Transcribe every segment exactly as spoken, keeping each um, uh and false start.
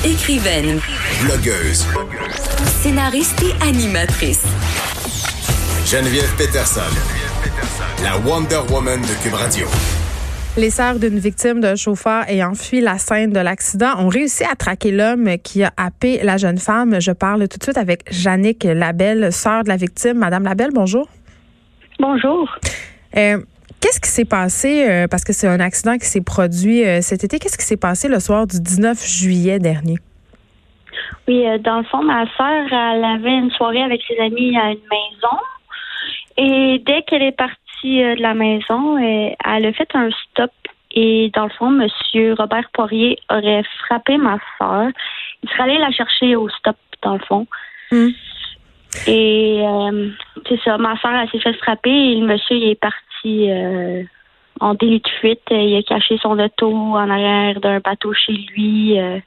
Écrivaine, blogueuse, scénariste et animatrice. Geneviève Peterson, la Wonder Woman de Cube Radio. Les sœurs d'une victime d'un chauffeur ayant fui la scène de l'accident ont réussi à traquer l'homme qui a happé la jeune femme. Je parle tout de suite avec Jannick Labelle, sœur de la victime. Madame Labelle, bonjour. Bonjour. Euh, qu'est-ce qui s'est passé, euh, parce que c'est un accident qui s'est produit euh, cet été, qu'est-ce qui s'est passé le soir du dix-neuf juillet dernier? Oui, euh, dans le fond, ma sœur, elle avait une soirée avec ses amis à une maison. Et dès qu'elle est partie euh, de la maison, euh, elle a fait un stop. Et dans le fond, Monsieur Robert Poirier aurait frappé ma sœur. Il serait allé la chercher au stop, dans le fond. Mm. Et euh, c'est ça, ma sœur, elle s'est fait frapper et le monsieur, il est parti euh, en délit de fuite. Il a caché son auto en arrière d'un bateau chez lui. Euh,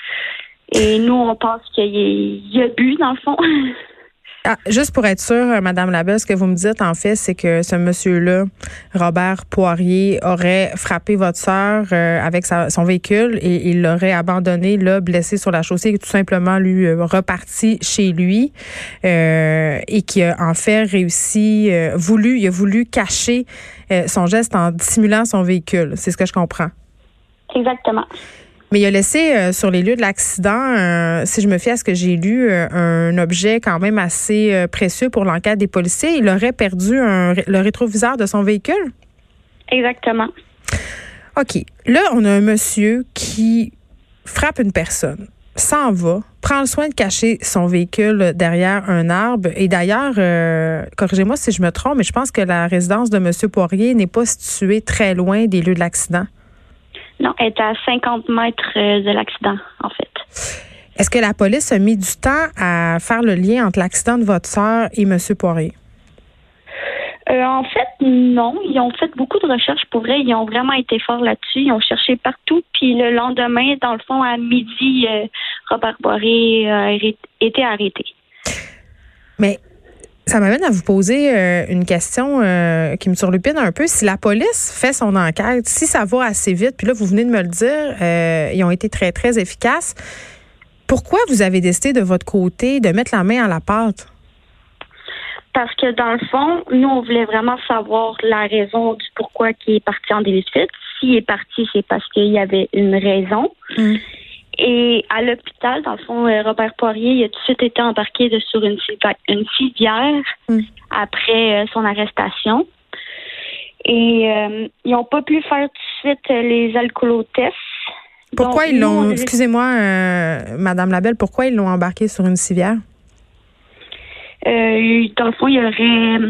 et nous, on pense qu'il il a bu, dans le fond. Ah, juste pour être sûr, Madame Labelle, ce que vous me dites, en fait, c'est que ce monsieur-là, Robert Poirier, aurait frappé votre sœur euh, avec sa, son véhicule et il l'aurait abandonné, là, blessé sur la chaussée, et tout simplement lui euh, reparti chez lui euh, et qui a en fait réussi, euh, voulu, il a voulu cacher euh, son geste en dissimulant son véhicule. C'est ce que je comprends. Exactement. Mais il a laissé euh, sur les lieux de l'accident, euh, si je me fie à ce que j'ai lu, euh, un objet quand même assez euh, précieux pour l'enquête des policiers. Il aurait perdu un, le rétroviseur de son véhicule? Exactement. OK. Là, on a un monsieur qui frappe une personne, s'en va, prend le soin de cacher son véhicule derrière un arbre. Et d'ailleurs, euh, corrigez-moi si je me trompe, mais je pense que la résidence de M. Poirier n'est pas située très loin des lieux de l'accident. Non, elle est à cinquante mètres de l'accident, en fait. Est-ce que la police a mis du temps à faire le lien entre l'accident de votre sœur et M. Poirier? Euh, en fait, non. Ils ont fait beaucoup de recherches pour vrai. Ils ont vraiment été forts là-dessus. Ils ont cherché partout. Puis le lendemain, dans le fond, à midi, euh, Robert Poirier a été arrêté. Mais ça m'amène à vous poser euh, une question euh, qui me turlupine un peu. Si la police fait son enquête, si ça va assez vite, puis là, vous venez de me le dire, euh, ils ont été très, très efficaces. Pourquoi vous avez décidé de votre côté de mettre la main à la pâte? Parce que dans le fond, nous, on voulait vraiment savoir la raison du pourquoi il est parti en délit de fuite. S'il est parti, c'est parce qu'il y avait une raison. Mm. Et à l'hôpital, dans le fond, Robert Poirier, il a tout de suite été embarqué de, sur une, une civière mm. après euh, son arrestation. Et euh, ils n'ont pas pu faire tout de suite les alcoolotests. Pourquoi Donc, ils l'ont, nous, excusez-moi, euh, Madame Labelle, pourquoi ils l'ont embarqué sur une civière? Euh, dans le fond, il aurait,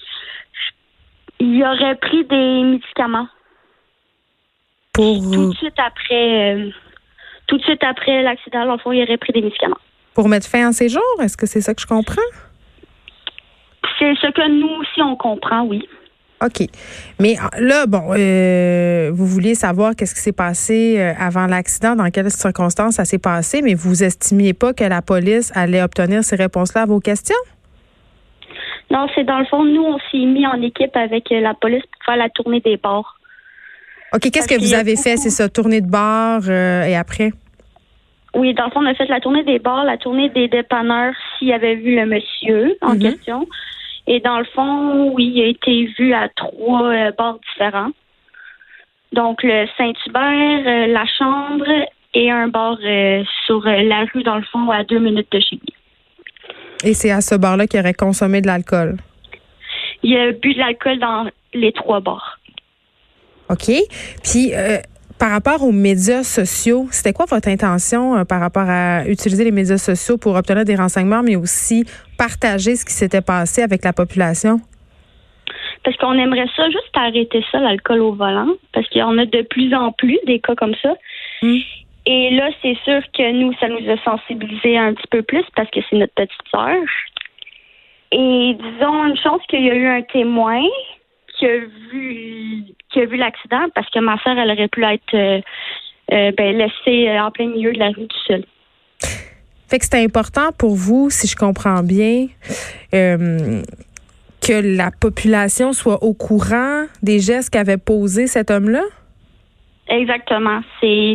il aurait pris des médicaments. Pour... Tout de suite après... Euh, Tout de suite après l'accident, l'enfant, il aurait pris des médicaments. Pour mettre fin à ses jours? Est-ce que c'est ça que je comprends? C'est ce que nous aussi, on comprend, oui. OK. Mais là, bon, euh, vous vouliez savoir qu'est-ce qui s'est passé avant l'accident, dans quelles circonstances ça s'est passé, mais vous estimiez pas que la police allait obtenir ces réponses-là à vos questions? Non, c'est dans le fond, nous, on s'est mis en équipe avec la police pour faire la tournée des bars. OK, qu'est-ce que vous avez fait? C'est ça, tournée de bar euh, et après? Oui, dans le fond, on a fait la tournée des bars, la tournée des dépanneurs s'il avait vu le monsieur en mm-hmm. question. Et dans le fond, oui, il a été vu à trois euh, bars différents. Donc, le Saint-Hubert, euh, la Chambre et un bar euh, sur euh, la rue, dans le fond, à deux minutes de chez lui. Et c'est à ce bar-là qu'il aurait consommé de l'alcool? Il a bu de l'alcool dans les trois bars. OK. Puis, euh, par rapport aux médias sociaux, c'était quoi votre intention euh, par rapport à utiliser les médias sociaux pour obtenir des renseignements, mais aussi partager ce qui s'était passé avec la population? Parce qu'on aimerait ça, juste arrêter ça, l'alcool au volant, parce qu'il y en a de plus en plus des cas comme ça. Mm. Et là, c'est sûr que nous, ça nous a sensibilisés un petit peu plus parce que c'est notre petite sœur. Et disons une chose qu'il y a eu un témoin qui a vu qui a vu l'accident parce que ma sœur, elle aurait pu être euh, euh, ben, laissée en plein milieu de la rue tout seul. Fait que c'était important pour vous, si je comprends bien, euh, que la population soit au courant des gestes qu'avait posés cet homme-là? Exactement. C'est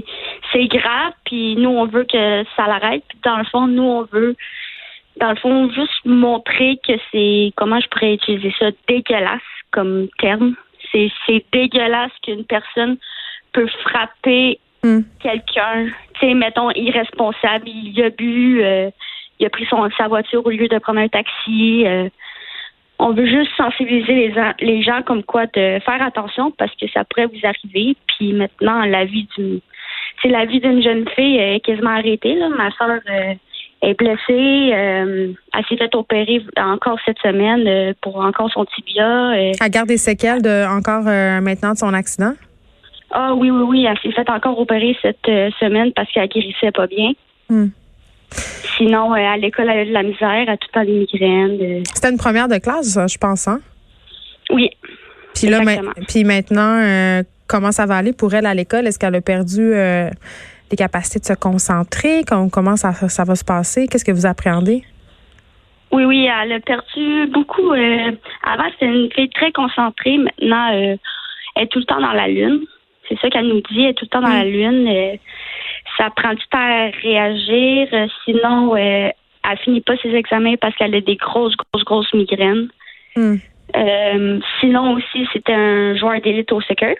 c'est grave, puis nous, on veut que ça l'arrête. Puis dans le fond, nous, on veut, dans le fond, juste montrer que c'est, comment je pourrais utiliser ça, dégueulasse comme terme. C'est, c'est dégueulasse qu'une personne peut frapper mm. quelqu'un, tu sais, mettons, irresponsable. Il a bu, euh, il a pris son, sa voiture au lieu de prendre un taxi. Euh, on veut juste sensibiliser les, les gens comme quoi de faire attention parce que ça pourrait vous arriver. Puis maintenant, la vie du... C'est la vie d'une jeune fille est quasiment arrêtée. Là. Ma soeur euh, est blessée. Euh, elle s'est fait opérer encore cette semaine euh, pour encore son tibia. Euh. Elle garde des séquelles de, encore euh, maintenant de son accident? Ah oui, oui, oui. Elle s'est fait encore opérer cette euh, semaine parce qu'elle guérissait pas bien. Hmm. Sinon, euh, à l'école, elle a de la misère. Elle a tout le temps des migraines. Euh. C'était une première de classe, ça, je pense, hein? Oui. Puis là, ma- puis maintenant... Euh, comment ça va aller pour elle à l'école? Est-ce qu'elle a perdu euh, les capacités de se concentrer? Comment ça, ça va se passer? Qu'est-ce que vous appréhendez? Oui, oui, elle a perdu beaucoup. Euh, avant, c'était une fille très concentrée. Maintenant, euh, elle est tout le temps dans la lune. C'est ça qu'elle nous dit, elle est tout le temps dans mmh. la lune. Euh, ça prend du temps à réagir. Euh, sinon, euh, elle finit pas ses examens parce qu'elle a des grosses, grosses, grosses migraines. Mmh. Euh, sinon aussi, c'était un joueur d'élite au soccer.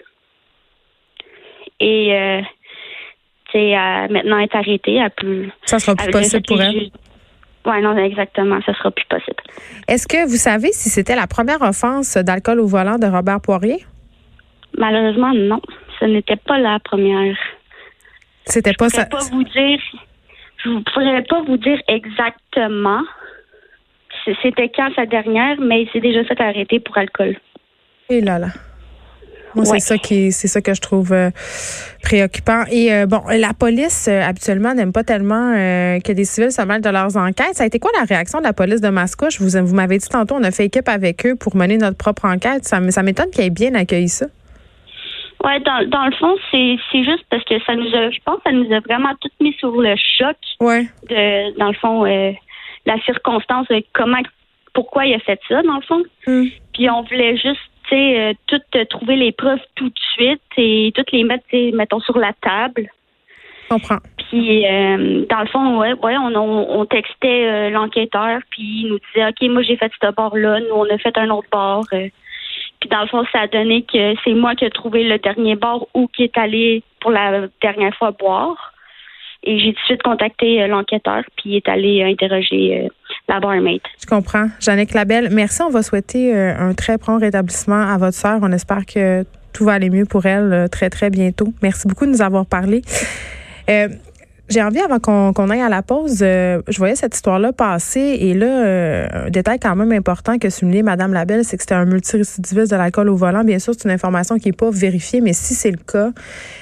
Et, euh, tu sais, euh, maintenant, elle est arrêtée. Elle peut, ça sera plus possible pour elle? Ju- oui, non, exactement. Ça sera plus possible. Est-ce que vous savez si c'était la première offense d'alcool au volant de Robert Poirier? Malheureusement, non. Ce n'était pas la première. C'était pas ça? Je ne pourrais pas vous dire... Je ne pourrais pas vous dire exactement c'était quand sa dernière, mais il s'est déjà fait arrêter pour alcool. Et là là. Moi, ouais. c'est ça qui, c'est ça que je trouve euh, préoccupant. Et euh, bon, la police euh, habituellement n'aime pas tellement euh, que des civils se mêlent de leurs enquêtes. Ça a été quoi la réaction de la police de Mascouche? Vous, vous m'avez dit tantôt, on a fait équipe avec eux pour mener notre propre enquête. Ça, ça m'étonne qu'ils aient bien accueilli ça. Ouais, dans, dans le fond, c'est, c'est juste parce que ça nous a, je pense, que ça nous a vraiment tout mis sur le choc. Ouais. De, dans le fond, euh, la circonstance de comment, pourquoi il a fait ça, dans le fond. Mm. Puis on voulait juste Euh, toutes euh, trouver les preuves tout de suite et toutes les mettre, mettons, sur la table. Je comprends. Puis, euh, dans le fond, ouais, ouais on, on, on textait euh, l'enquêteur, puis il nous disait, OK, moi, j'ai fait ce bord-là, nous, on a fait un autre bord. Euh, puis, dans le fond, ça a donné que c'est moi qui ai trouvé le dernier bord ou qui est allé pour la dernière fois boire. Et j'ai tout de suite contacté euh, l'enquêteur, puis il est allé euh, interroger euh, la barmaid. Je comprends. Jannick Labelle, merci. On va souhaiter euh, un très prompt rétablissement à votre sœur. On espère que tout va aller mieux pour elle euh, très, très bientôt. Merci beaucoup de nous avoir parlé. Euh, J'ai envie, avant qu'on, qu'on aille à la pause, euh, je voyais cette histoire-là passer et là, euh, un détail quand même important que soulignait Mme Labelle, c'est que c'était un multirécidiviste de l'alcool au volant. Bien sûr, c'est une information qui n'est pas vérifiée, mais si c'est le cas,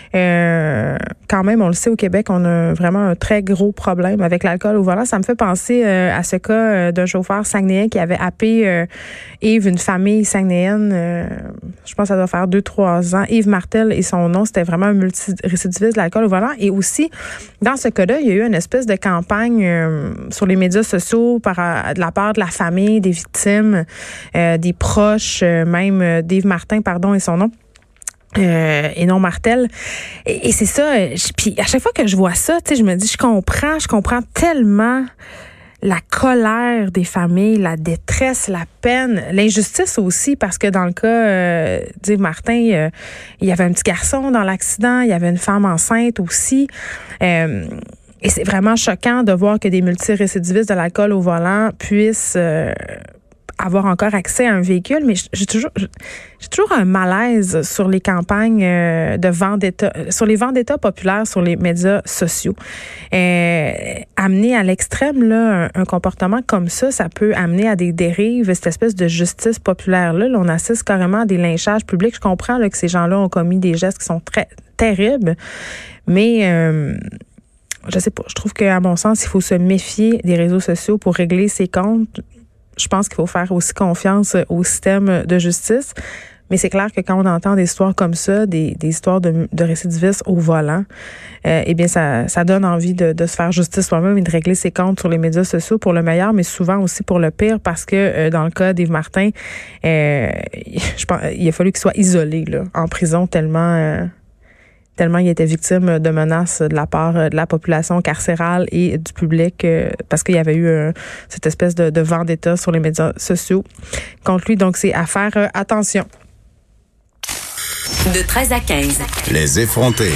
euh, quand même, on le sait, au Québec, on a vraiment un très gros problème avec l'alcool au volant. Ça me fait penser euh, à ce cas euh, d'un chauffeur saguenayen qui avait happé euh, Yves, une famille saguenayenne, euh, je pense que ça doit faire deux, trois ans. Yves Martel et son nom, c'était vraiment un multirécidiviste de l'alcool au volant. Et aussi, dans ce cas-là, il y a eu une espèce de campagne euh, sur les médias sociaux par euh, de la part de la famille, des victimes, euh, des proches, euh, même euh, d'Yves Martin, pardon, et son nom. Euh, et non Martel. Et, et c'est ça. Je, puis à chaque fois que je vois ça, tu sais, je me dis, je comprends, je comprends tellement la colère des familles, la détresse, la peine, l'injustice aussi, parce que dans le cas euh, d'Yves Martin, euh, il y avait un petit garçon dans l'accident, il y avait une femme enceinte aussi. Euh, et c'est vraiment choquant de voir que des multirécidivistes de l'alcool au volant puissent euh, avoir encore accès à un véhicule, mais j'ai toujours j'ai toujours un malaise sur les campagnes de vendetta, sur les vendettas populaires sur les médias sociaux. Euh, amener à l'extrême là un, un comportement comme ça, ça peut amener à des dérives, cette espèce de justice populaire là, là on assiste carrément à des lynchages publics. Je comprends là que ces gens-là ont commis des gestes qui sont très terribles, mais euh, je sais pas, je trouve qu'à mon sens, il faut se méfier des réseaux sociaux pour régler ses comptes. Je pense qu'il faut faire aussi confiance au système de justice. Mais c'est clair que quand on entend des histoires comme ça, des, des histoires de, de récidivistes au volant, euh, eh bien, ça, ça donne envie de, de se faire justice soi-même et de régler ses comptes sur les médias sociaux pour le meilleur, mais souvent aussi pour le pire, parce que euh, dans le cas d'Yves Martin, euh, je pense, il a fallu qu'il soit isolé là, en prison tellement... Euh, tellement il était victime de menaces de la part de la population carcérale et du public euh, parce qu'il y avait eu euh, cette espèce de, de vendetta sur les médias sociaux contre lui. Donc, c'est à faire euh, attention. De treize à quinze. Les effrontés.